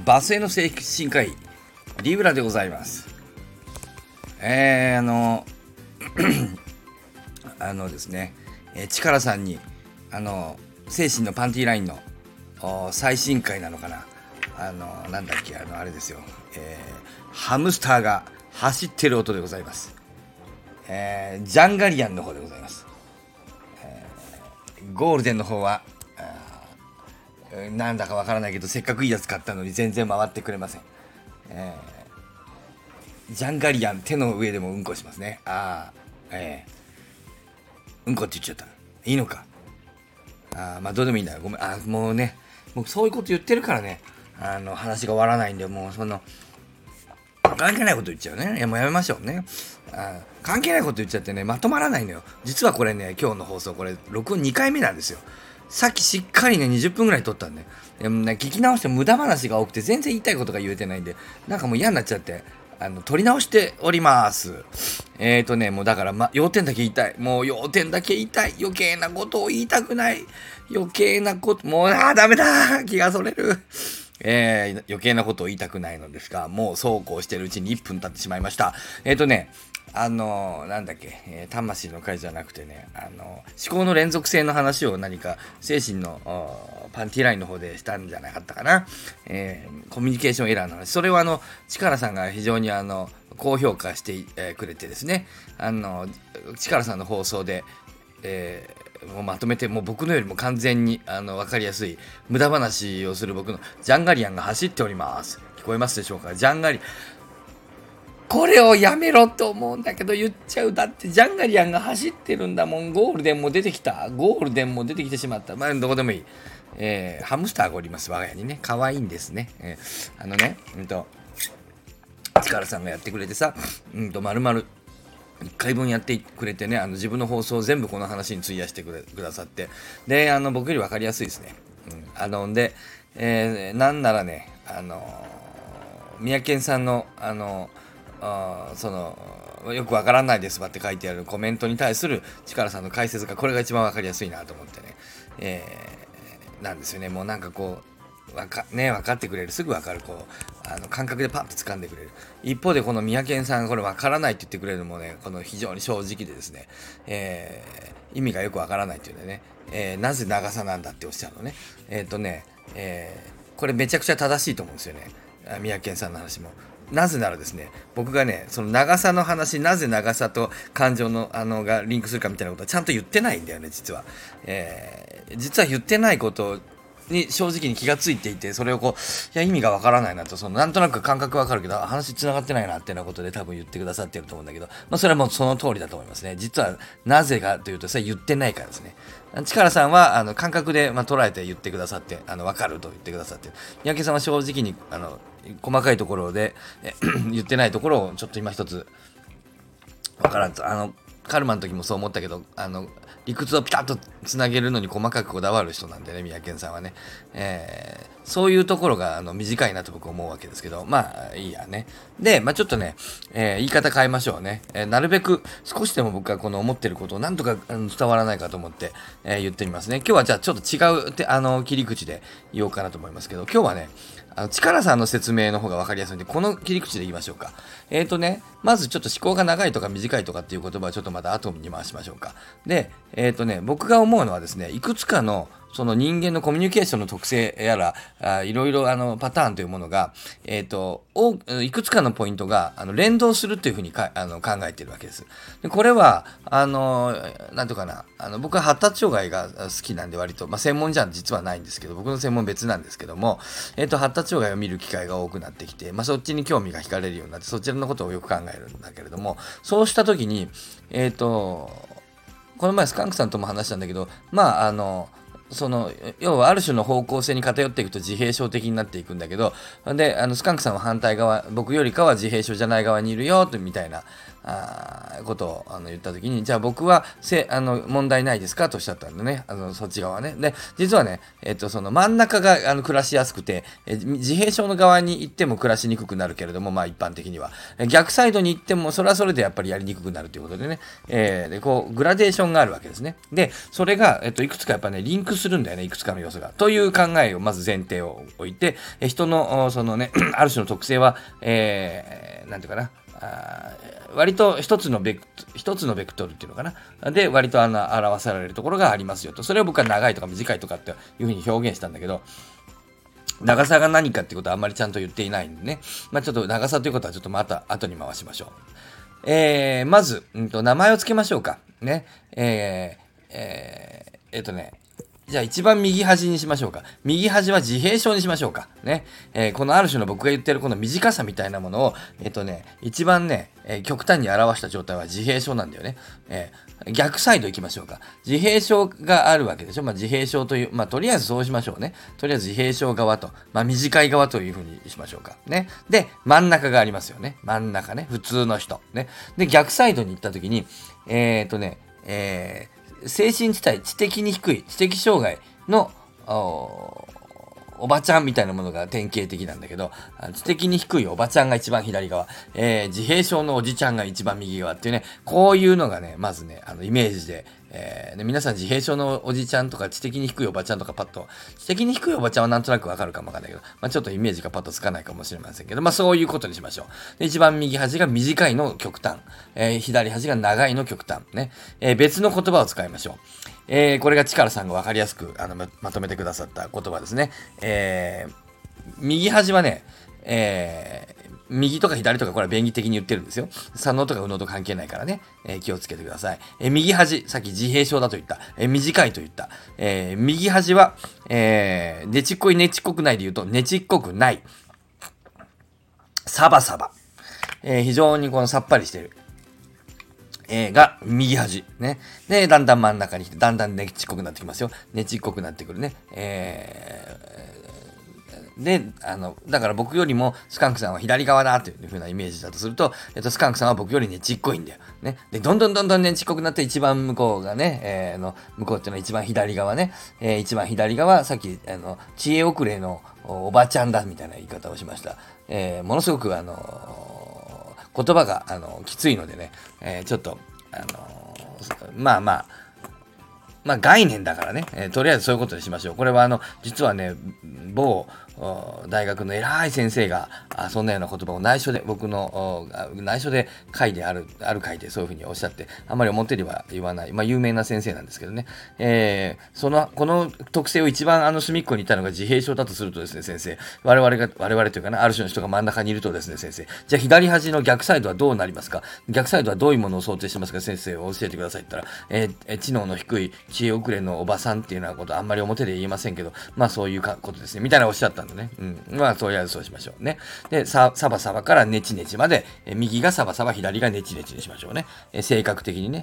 バスへの精神科医リブラでございます。ですね、チカラさんに精神のパンティーラインの最新回なのかな、なんだっけ、あれですよ、ハムスターが走ってる音でございます。ジャンガリアンの方でございます。ゴールデンの方はなんだかわからないけど、せっかくいいやつ買ったのに全然回ってくれません。ジャンガリアン、手の上でもうんこしますね。うんこって言っちゃった。いいのか。まあどうでもいいんだ。ごめん。もうね、もうそういうこと言ってるからね、話が終わらないんで、もうその関係ないこと言っちゃうね。いや、もうやめましょうね。関係ないこと言っちゃってね、まとまらないのよ。実はこれね、今日の放送、これ録音2回目なんですよ。さっきしっかりね20分ぐらい撮ったんで、でもね、聞き直して無駄話が多くて全然言いたいことが言えてないんで、なんかもう嫌になっちゃって撮り直しております。もうだから、要点だけ言いたい。もう要点だけ言いたい。余計なことを言いたくない。余計なこと、もうダメだ、気がそれる。余計なことを言いたくないのですが、もうそうこうしてるうちに1分経ってしまいました。なんだっけ、魂の会じゃなくてね、思考の連続性の話を何か精神のパンティラインの方でしたんじゃなかったかな。コミュニケーションエラーの話、それをチカラさんが非常に高評価して、くれてですね、チカラさんの放送で、もうまとめて、もう僕のよりも完全に分かりやすい無駄話をする僕のジャンガリアンが走っております。聞こえますでしょうか。ジャンガリ、これをやめろと思うんだけど言っちゃう。だってジャンガリアンが走ってるんだもん。ゴールデンも出てきた。ゴールデンも出てきてしまった。どこでもいい。ハムスターがおります。我が家にね。可愛いんですね。チカラさんがやってくれてさ、丸々1回分やってくれてね、自分の放送を全部この話に費やしてくださって、で僕より分かりやすいですね。なんならね、三宅さんのよくわからないですわって書いてあるコメントに対するチカラさんの解説が、これが一番わかりやすいなと思ってね、なんですよね。もうなんかこう分かってくれる、すぐ分かる、こう感覚でパッと掴んでくれる。一方でこの三宅さんがこれ分からないって言ってくれるのもね、この非常に正直でですね、意味がよく分からないっていうね、なぜ長さなんだっておっしゃるのね。これめちゃくちゃ正しいと思うんですよね、三宅さんの話も。なぜならですね、僕がね、その長さの話、なぜ長さと感情のがリンクするかみたいなことはちゃんと言ってないんだよね、実は。実は言ってないことに正直に気がついていて、それを意味がわからないなと、なんとなく感覚わかるけど話つながってないなっていうようなことで多分言ってくださってると思うんだけど、それはもうその通りだと思いますね。実はなぜかというと、それ言ってないからですね。チカラさんは感覚で捉えて言ってくださって、わかると言ってくださって、三宅さんは正直に細かいところで言ってないところをちょっと今一つわからんと。カルマの時もそう思ったけど、理屈をピタッとつなげるのに細かくこだわる人なんでね、三宅さんはね、そういうところが短いなと僕思うわけですけど、いいやね。で、ちょっとね、言い方変えましょうね。なるべく少しでも僕がこの思ってることをなんとか伝わらないかと思って、言ってみますね。今日はじゃあちょっと違う切り口で言おうかなと思いますけど、今日はね、チカラさんの説明の方が分かりやすいんで、この切り口で言いましょうか。まずちょっと思考が長いとか短いとかっていう言葉はちょっとまた後に回しましょうか。で、僕が思うのはですね、いくつかのその人間のコミュニケーションの特性やら、いろいろパターンというものが、いくつかのポイントが連動するというふうに考えているわけです。でこれは、なんとかな、僕は発達障害が好きなんで割と、専門じゃ実はないんですけど、僕の専門別なんですけども、発達障害を見る機会が多くなってきて、そっちに興味が惹かれるようになって、そちらのことをよく考えるんだけれども、そうしたときに、この前スカンクさんとも話したんだけど、要はある種の方向性に偏っていくと自閉症的になっていくんだけど、でスカンクさんは反対側、僕よりかは自閉症じゃない側にいるよみたいなことを言った時に、じゃあ僕は問題ないですかとおっしゃったんでね、そっち側ね。で、実はね、その真ん中が暮らしやすくて、自閉症の側に行っても暮らしにくくなるけれども、まあ一般的には。逆サイドに行っても、それはそれでやっぱりやりにくくなるということでね、で、こう、グラデーションがあるわけですね。で、それが、いくつかやっぱね、リンクするんだよね、いくつかの要素が。という考えをまず前提を置いて、人の、そのね、ある種の特性は、なんていうかな、割と一つのベクトルっていうのかな。で、割と表されるところがありますよと。それを僕は長いとか短いとかっていうふうに表現したんだけど、長さが何かっていうことはあんまりちゃんと言っていないんでね。まあちょっと長さということはちょっとまた後に回しましょう。まず、名前を付けましょうか。ね。じゃあ一番右端にしましょうか。右端は自閉症にしましょうか。ね。このある種の僕が言ってるこの短さみたいなものを、一番ね、極端に表した状態は自閉症なんだよね。逆サイド行きましょうか。自閉症があるわけでしょ。まあ自閉症という、まあとりあえずそうしましょうね。とりあえず自閉症側と、まあ短い側というふうにしましょうか。ね。で、真ん中がありますよね。真ん中ね。普通の人。ね。で、逆サイドに行った時に、精神地帯、知的に低い、知的障害のおばちゃんみたいなものが典型的なんだけど、知的に低いおばちゃんが一番左側、自閉症のおじちゃんが一番右側っていうね、こういうのがね、まずね、イメージで、皆さん自閉症のおじちゃんとか知的に低いおばちゃんとかパッと、知的に低いおばちゃんはなんとなくわかるかもわかんないけど、まあちょっとイメージがパッとつかないかもしれませんけど、まあそういうことにしましょう。で、一番右端が短いの極端、左端が長いの極端、ね、別の言葉を使いましょう。これが力さんが分かりやすくまとめてくださった言葉ですね。右端はね、右とか左とかこれは便宜的に言ってるんですよ。左脳とか右脳と関係ないからね、気をつけてください。右端、さっき自閉症だと言った、短いと言った。右端は、ねちっこいねちっこくないで言うと、ねちっこくない。サバサバ。非常にこのさっぱりしてる。が右端。ね。で、だんだん真ん中に来て、だんだんねちっこくなってきますよ。ねちっこくなってくるね。で、だから僕よりもスカンクさんは左側だという風なイメージだとすると、スカンクさんは僕よりねちっこいんだよ。ね。で、どんどんねちっこくなって一番向こうがね、向こうっていうのは一番左側ね。一番左側、さっき、知恵遅れのおばちゃんだみたいな言い方をしました。ものすごく言葉がきついのでね、ちょっとまあ概念だからね、とりあえずそういうことにしましょう。これは実はね、某大学の偉い先生がそんなような言葉を内緒で、僕の内緒で書いてある回でそういうふうにおっしゃって、あんまり表では言わない、まあ有名な先生なんですけどね、この特性を一番隅っこにいたのが自閉症だとするとですね、先生、我々というかな、ある種の人が真ん中にいるとですね、先生、じゃあ左端の逆サイドはどうなりますか？逆サイドはどういうものを想定してますか？先生を教えてくださいって言ったら、知能の低い知恵遅れのおばさんっていうようなことあんまり表で言えませんけど、まあそういうことですね、みたいなおっしゃったんでね。まあとりあえずそうしましょうね。で、サバサバからネチネチまで、右がサバサバ、左がネチネチにしましょうね。性格的にね。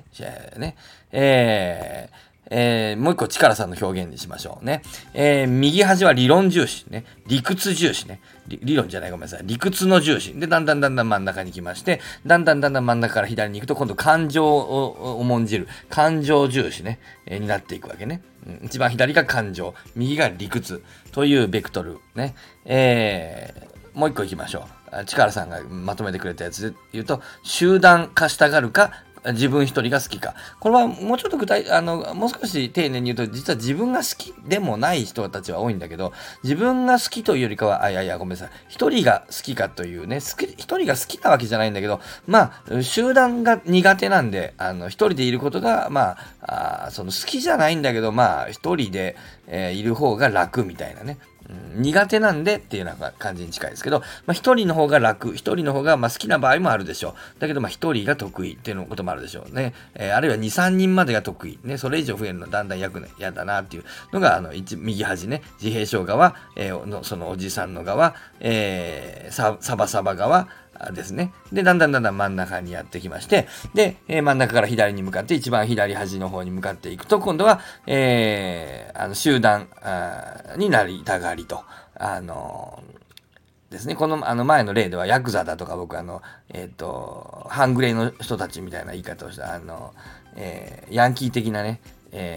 もう一個力さんの表現にしましょうね。右端は理論重視ね。理屈重視ね。理論じゃない、ごめんなさい。理屈の重視。で、だんだん真ん中に来まして、だんだん真ん中から左に行くと、今度感情を重んじる。感情重視ね。になっていくわけね。一番左が感情。右が理屈。というベクトル。ね。もう一個行きましょう。力さんがまとめてくれたやつで言うと、集団化したがるか、自分一人が好きか。これはもうちょっともう少し丁寧に言うと、実は自分が好きでもない人たちは多いんだけど、自分が好きというよりかは、ごめんなさい。一人が好きかというね、一人が好きなわけじゃないんだけど、まあ、集団が苦手なんで、一人でいることが、まあ、好きじゃないんだけど、まあ、一人で、いる方が楽みたいなね。苦手なんでっていうような感じに近いですけど、まあ一人の方が楽、一人の方がまあ好きな場合もあるでしょう。だけどまあ一人が得意っていうこともあるでしょうね。あるいは2、3人までが得意。ね、それ以上増えるのはだんだん嫌だなっていうのが、右端ね、自閉症側、そのおじさんの側、サバサバ側、ですね。で、だんだん真ん中にやってきまして、で、真ん中から左に向かって、一番左端の方に向かっていくと、今度は、集団になりたがりと、でですね。この前の例ではヤクザだとか僕半グレの人たちみたいな言い方をしたヤンキー的なね、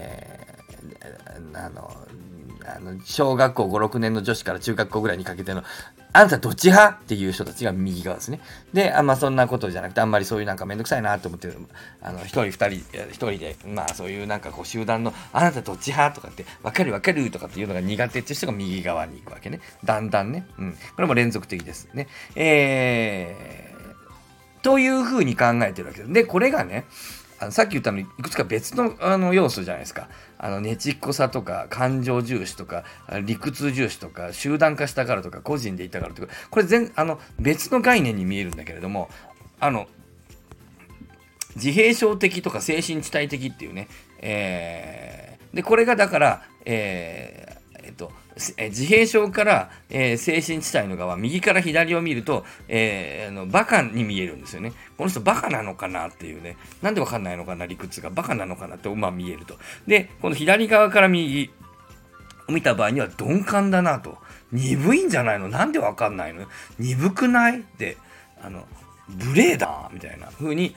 小学校5、6年の女子から中学校ぐらいにかけてのあなたどっち派っていう人たちが右側ですね。で、そんなことじゃなくて、あんまりそういうなんかめんどくさいなと思ってる、一人で、そういうなんかこう集団の、あなたどっち派とかって、わかるとかっていうのが苦手っていう人が右側に行くわけね。だんだんね。これも連続的ですね。というふうに考えてるわけです。で、これがね、さっき言ったのにいくつか別の要素じゃないですか。ねちっこさとか感情重視とか理屈重視とか集団化したからとか個人でいたからとか、これ別の概念に見えるんだけれども、自閉症的とか精神地帯的っていうね、でこれがだから、自閉症から、精神地帯の側、右から左を見ると、バカに見えるんですよね。この人バカなのかなっていうね。なんでわかんないのかな、理屈がバカなのかなって、見えると。で、この左側から右を見た場合には鈍感だなと。鈍いんじゃないの、なんでわかんないの、鈍くないって、無礼だみたいな風に、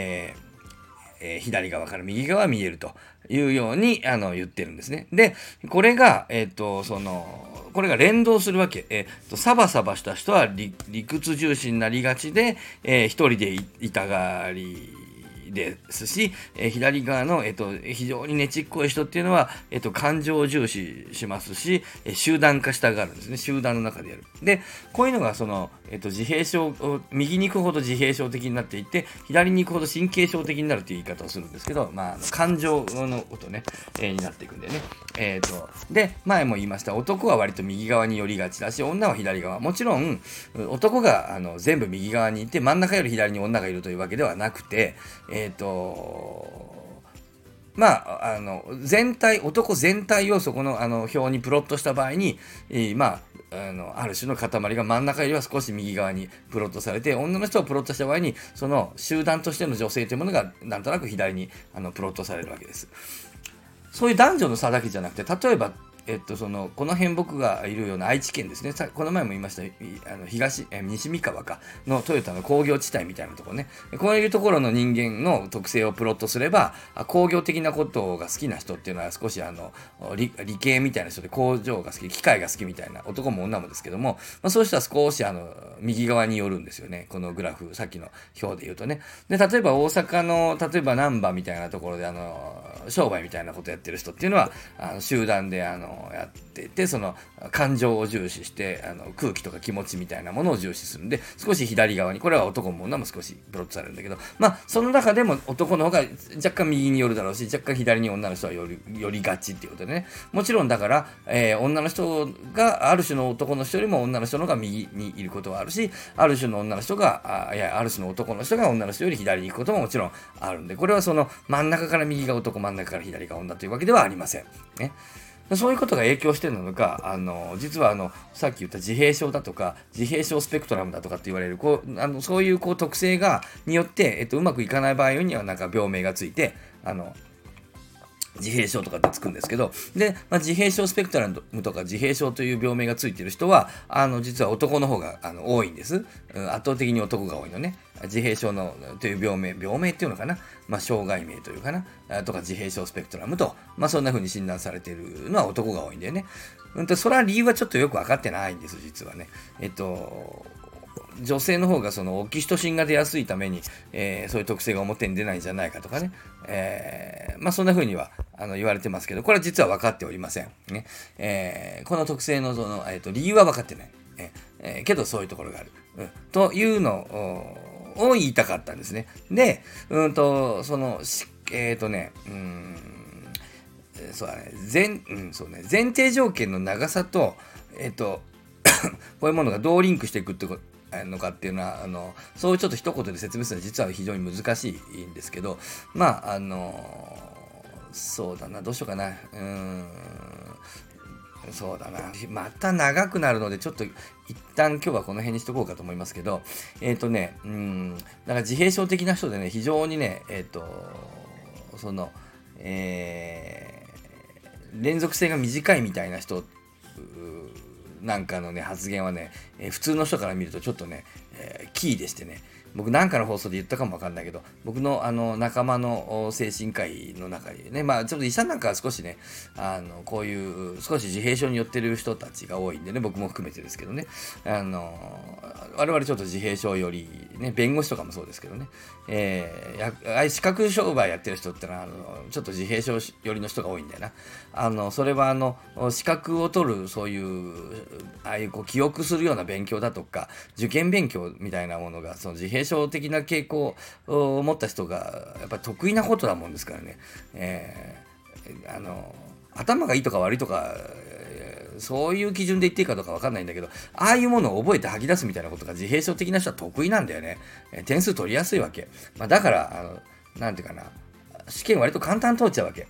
左側から右側見えるというように言ってるんですね。で、これが、これが連動するわけ。サバサバした人は理屈重視になりがちで、一人でいたがりですし、左側の、非常にねちっこい人っていうのは、感情を重視しますし、集団化したがるんですね。集団の中でやる。で、こういうのが自閉症、右に行くほど自閉症的になっていって、左に行くほど神経症的になるという言い方をするんですけど、感情のことね、になっていくんでね。で、前も言いました、男は割と右側に寄りがちだし、女は左側。もちろん、男が全部右側にいて、真ん中より左に女がいるというわけではなくて、男全体をそこの表にプロットした場合に、ある種の塊が真ん中よりは少し右側にプロットされて、女の人をプロットした場合に、その集団としての女性というものがなんとなく左にプロットされるわけです。そういう男女の差だけじゃなくて、例えばこの辺僕がいるような愛知県ですね。この前も言いました西三河のトヨタの工業地帯みたいなところね。こういうところの人間の特性をプロットすれば、工業的なことが好きな人っていうのは少し理系みたいな人で工場が好き、機械が好きみたいな男も女もですけども、そういう人は少し右側に寄るんですよね。このグラフ、さっきの表で言うとね。で、例えば大阪の、難波みたいなところで商売みたいなことやってる人っていうのは集団でやっていて、その感情を重視して空気とか気持ちみたいなものを重視するんで、少し左側に、これは男も女も少しプロットされるんだけど、その中でも男の方が若干右に寄るだろうし、若干左に女の人は寄りがちっていうことでね。もちろんだから、女の人がある種の男の人よりも女の人の方が右にいることはあるし、ある種の女の人がある種の男の人が女の人より左に行くことももちろんあるんで、これはその真ん中から右が男、真ん中から左が女というわけではありませんね。そういうことが影響しているのか、実はさっき言った自閉症だとか自閉症スペクトラムだとかって言われるそういう特性によって、うまくいかない場合にはなんか病名がついて自閉症とかってつくんですけど、で、自閉症スペクトラムとか自閉症という病名がついている人は実は男の方が多いんです。圧倒的に男が多いのね。自閉症のという病名っていうのかな、障害名というかなとか自閉症スペクトラムと、そんな風に診断されているのは男が多いんだよね。それは理由はちょっとよく分かってないんです、実はね。女性の方がオキシトシンが出やすいために、そういう特性が表に出ないんじゃないかとかね、そんな風には言われてますけど、これは実は分かっておりません、ね。この特性の理由は分かってない、けどそういうところがある、というのを言いたかったんですね。で、そうだね、前提条件の長さと、こういうものがどうリンクしていくってのかっていうのはそういうちょっと一言で説明するのは実は非常に難しいんですけど、そうだな、どうしようかな、そうだな、また長くなるのでちょっと一旦今日はこの辺にしとこうかと思いますけど、だから自閉症的な人でね、非常にね、連続性が短いみたいな人なんかのね発言はね、普通の人から見るとちょっとね、キーでしてね、僕なんかの放送で言ったかもわかんないけど、僕の仲間の精神科医の中にね、まあちょっと医者なんかは少しね、こういう少し自閉症に寄ってる人たちが多いんでね、僕も含めてですけどね、我々ちょっと自閉症よりね、弁護士とかもそうですけどね、資格商売やってる人ってのはちょっと自閉症寄りの人が多いんだよな。それは資格を取るそういうああいうこう記憶するような勉強だとか受験勉強みたいなものがその自閉症的な傾向を持った人がやっぱり得意なことだもんですからね、頭がいいとか悪いとかそういう基準で言っていいかどうか分かんないんだけど、ああいうものを覚えて吐き出すみたいなことが自閉症的な人は得意なんだよね。点数取りやすいわけ。だからなんていうかな、試験割と簡単に通っちゃうわけ。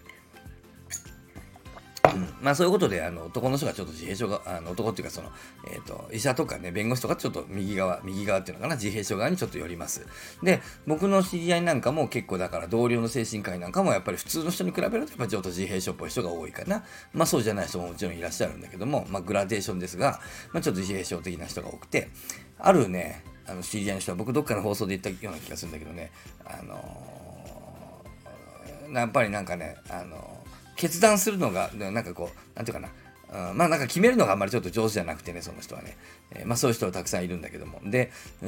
そういうことで男の人がちょっと自閉症が男っていうかその、医者とかね弁護士とかちょっと右側っていうのかな、自閉症側にちょっと寄ります。で僕の知り合いなんかも結構だから同僚の精神科医なんかもやっぱり普通の人に比べるとやっぱりちょっと自閉症っぽい人が多いかな。そうじゃない人ももちろんいらっしゃるんだけども、グラデーションですが、ちょっと自閉症的な人が多くて、あるね知り合いの人は僕どっかの放送で言ったような気がするんだけどね、やっぱりなんかね決断するのがなんかこうなんていうかな、なんか決めるのがあんまりちょっと上手じゃなくてね、その人はね、そういう人はたくさんいるんだけども、で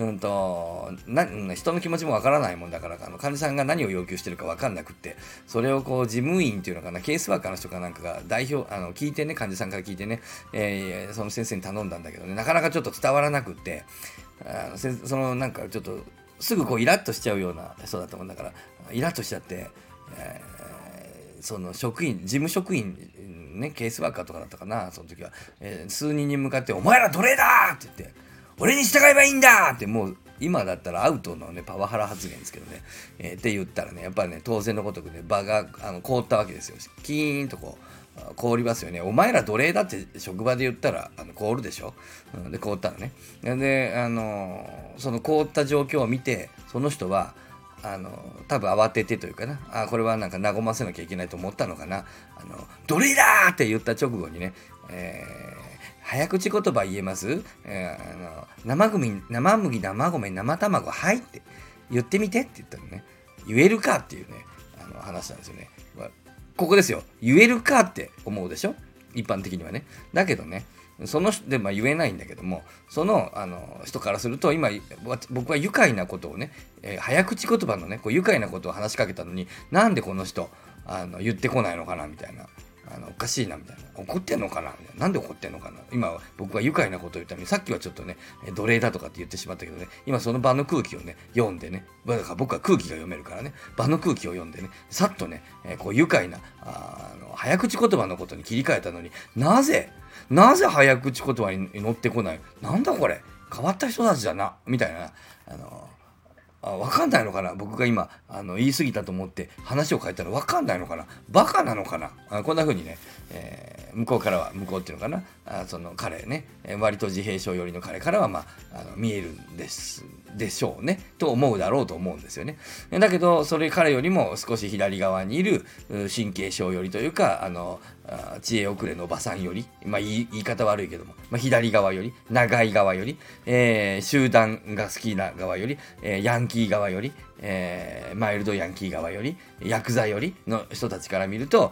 人の気持ちもわからないもんだから患者さんが何を要求してるかわかんなくって、それをこう事務員っていうのかな、ケースワーカーの人かなんかが代表聞いてね、患者さんから聞いてね、その先生に頼んだんだけどね、なかなかちょっと伝わらなくって、そのなんかちょっとすぐこうイラッとしちゃうような人だったもんだからイラッとしちゃって、その事務職員ね、ケースワーカーとかだったかな、その時は、数人に向かってお前ら奴隷だって言って、俺に従えばいいんだって、もう今だったらアウトのねパワハラ発言ですけどね、って言ったらね、やっぱりね当然のごとくね場が凍ったわけですよ。キーンとこう凍りますよね。お前ら奴隷だって職場で言ったら凍るでしょ、で凍ったのね。でその凍った状況を見て、その人は多分慌ててというかな、これはなんか和ませなきゃいけないと思ったのかな、奴隷だーって言った直後にね、早口言葉言えます、生麦、生米、生卵、はいって言ってみてって言ったのね。言えるかっていうね話なんですよね。ここですよ。言えるかって思うでしょ、一般的にはね。だけどね、その人で言えないんだけども、その人からすると今僕は愉快なことをね、早口言葉のねこう愉快なことを話しかけたのに、なんでこの人言ってこないのかなみたいな、おかしいなみたいな、怒ってんのかなみたいな、なんで怒ってんのかな、今僕は愉快なことを言ったのに、さっきはちょっとね奴隷だとかって言ってしまったけどね、今その場の空気をね読んでね、だから僕は空気が読めるからね、場の空気を読んでね、さっとね、こう愉快な早口言葉のことに切り替えたのに、なぜ早口言葉に乗ってこない、なんだこれ変わった人たちだなみたいな、分かんないのかな、僕が今言い過ぎたと思って話を変えたら分かんないのかな、バカなのかな、こんな風にね、向こうからは、向こうっていうのかな、その彼ね、割と自閉症寄りの彼からは見えるんでしょうねと思うだろうと思うんですよね。だけどそれ彼よりも少し左側にいる神経症寄りというか知恵遅れのおばさんより、言い方悪いけども、左側より、長い側より、集団が好きな側より、ヤンキー側より、マイルドヤンキー側より、ヤクザよりの人たちから見ると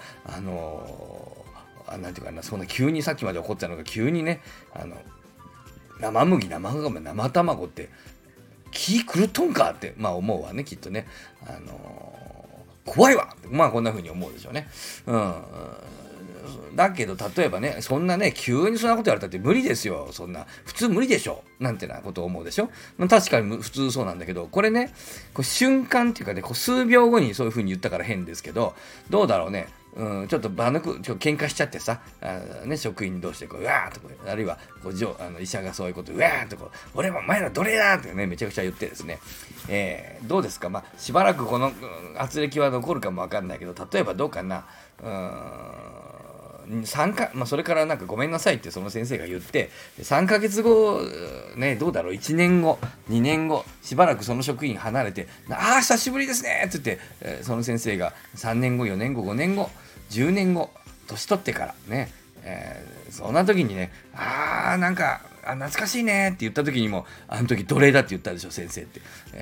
なんていうかな、そんな急にさっきまで怒ってたのが急にね生麦、生米、生卵って気狂っとんかって思うわね、きっとね。怖いわこんな風に思うでしょうね。だけど例えばね、そんなね急にそんなこと言われたって無理ですよ、そんな普通無理でしょなんてなことを思うでしょ。確かに普通そうなんだけど、これね瞬間っていうかね、数秒後にそういう風に言ったから変ですけど、どうだろうね、ちょっと喧嘩しちゃってさ、職員同士でうわーっとあるいは医者がそういうことうわーっと俺も前の奴隷だってねめちゃくちゃ言ってですね、どうですか、しばらくこの圧力は残るかもわかんないけど、例えばどうかな、それからなんかごめんなさいってその先生が言って3ヶ月後ね、どうだろう、1年後2年後しばらくその職員離れて、久しぶりですねって言って、その先生が3年後4年後5年後10年後年取ってからね、 そんな時にね、なんか懐かしいねって言った時にも、あの時奴隷だって言ったでしょ先生って、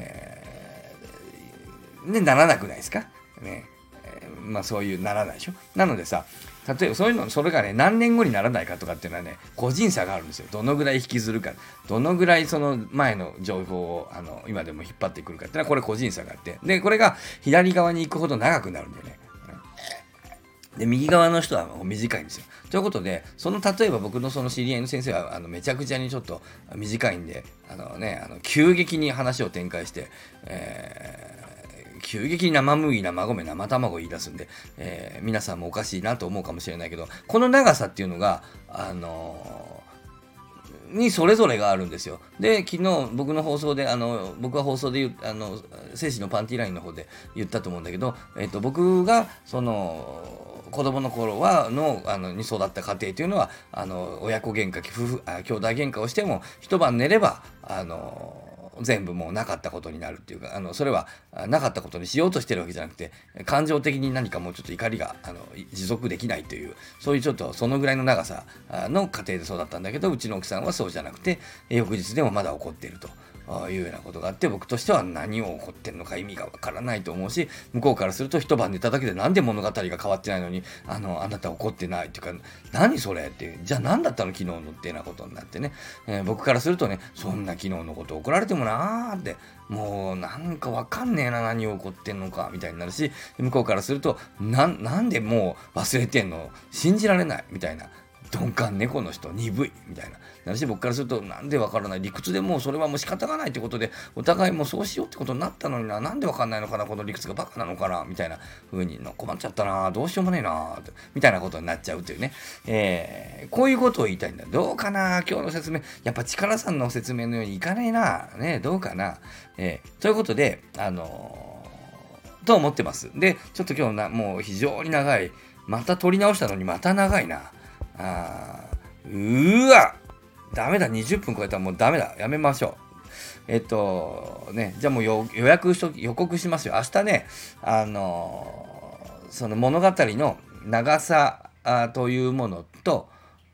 ならなくないですかね。そういうならないでしょ。なのでさ、例えばそういうの、それがね何年後にならないかとかっていうのはね、個人差があるんですよ。どのぐらい引きずるか、どのぐらいその前の情報を今でも引っ張ってくるかっていうのは、これ個人差があって、でこれが左側に行くほど長くなるんだよね。で右側の人はもう短いんですよ。ということで、例えば僕のその知り合いの先生はめちゃくちゃにちょっと短いんで、急激に話を展開して、急激に生麦、生米、生卵を言い出すんで、皆さんもおかしいなと思うかもしれないけど、この長さっていうのがにそれぞれがあるんですよ。で、昨日僕の放送で僕は放送で精子のパンティーラインの方で言ったと思うんだけど、僕が子供の頃に育った家庭というのは親子喧嘩、兄弟喧嘩をしても一晩寝れば全部もうなかったことになるっていうか、それはなかったことにしようとしてるわけじゃなくて、感情的に何かもうちょっと怒りが持続できないという、そういうちょっとそのぐらいの長さの家庭で育ったんだけど、うちの奥さんはそうじゃなくて、翌日でもまだ怒っているというようなことがあって、僕としては何を起こってんのか意味がわからないと思うし、向こうからすると一晩寝ただけでなんで物語が変わってないのにあなた怒ってないっていうか、何それって、じゃあ何だったの昨日のっていうようなことになってね、僕からするとね、そんな昨日のこと怒られてもなーって、もうなんかわかんねえな、何を起こってんのかみたいになるし、向こうからするとなんでもう忘れてんの、信じられないみたいな、鈍感猫の人鈍いみたいなし、僕からするとなんでわからない、理屈でもうそれはもう仕方がないということでお互いもうそうしようってことになったのになんでわかんないのかな、この理屈がバカなのかなみたいな風に困っちゃったな、どうしようもねえなみたいなことになっちゃうというね、こういうことを言いたいんだ。どうかな今日の説明、やっぱ力さんの説明のようにいかねえなね、どうかな、ということでと思ってます。でちょっと今日もう非常に長い、また撮り直したのにまた長いな、ダメだ、20分超えたらもうダメだ、やめましょう。じゃあもう予告しますよ。明日ね、その物語の長さというものと、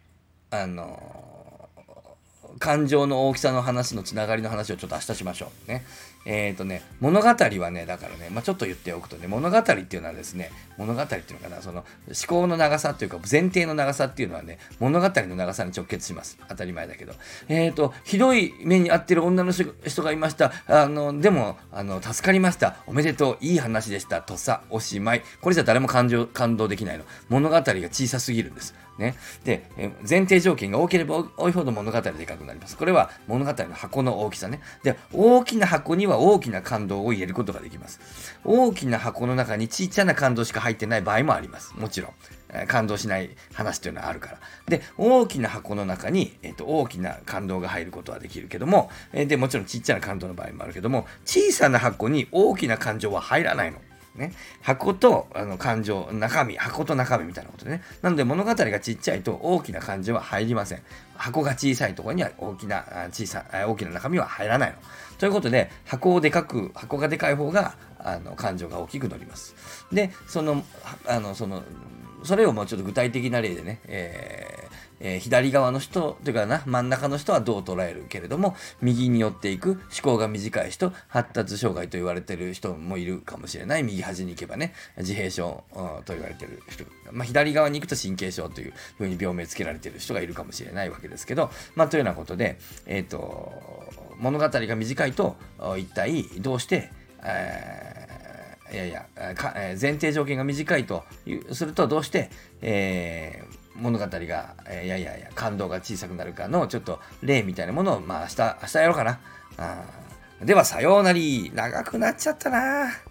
感情の大きさの話のつながりの話をちょっと明日しましょうね。物語はね、だからね、ちょっと言っておくとね、物語っていうのはですね、物語っていうのかな、その思考の長さというか前提の長さっていうのはね、物語の長さに直結します。当たり前だけど、ひどい目に遭ってる女の人がいました。でも助かりました。おめでとう。いい話でした。とさおしまい。これじゃ誰も感動できないの。物語が小さすぎるんです。ね、で、前提条件が多ければ多いほど物語でかくなります。これは物語の箱の大きさね。で、大きな箱には大きな感動を入れることができます。大きな箱の中にちっちゃな感動しか入ってない場合もあります。もちろん。感動しない話というのはあるから。で、大きな箱の中に、大きな感動が入ることはできるけども、で、もちろんちっちゃな感動の場合もあるけども、小さな箱に大きな感情は入らないの。ね、箱と感情、箱と中身みたいなことでね。なので物語がちっちゃいと大きな感情は入りません。箱が小さいところには大きな中身は入らないの。ということで、箱がでかい方が感情が大きく乗ります。で、それをもうちょっと具体的な例でね、左側の人というか真ん中の人はどう捉えるけれども、右に寄っていく思考が短い人、発達障害と言われている人もいるかもしれない。右端に行けばね、自閉症と言われている人、左側に行くと神経症というふうに病名つけられている人がいるかもしれないわけですけど、というようなことで、物語が短いと一体どうして、前提条件が短いとするとどうして、物語が感動が小さくなるかのちょっと例みたいなものを明日やろうかな。ではさようなり。長くなっちゃったな。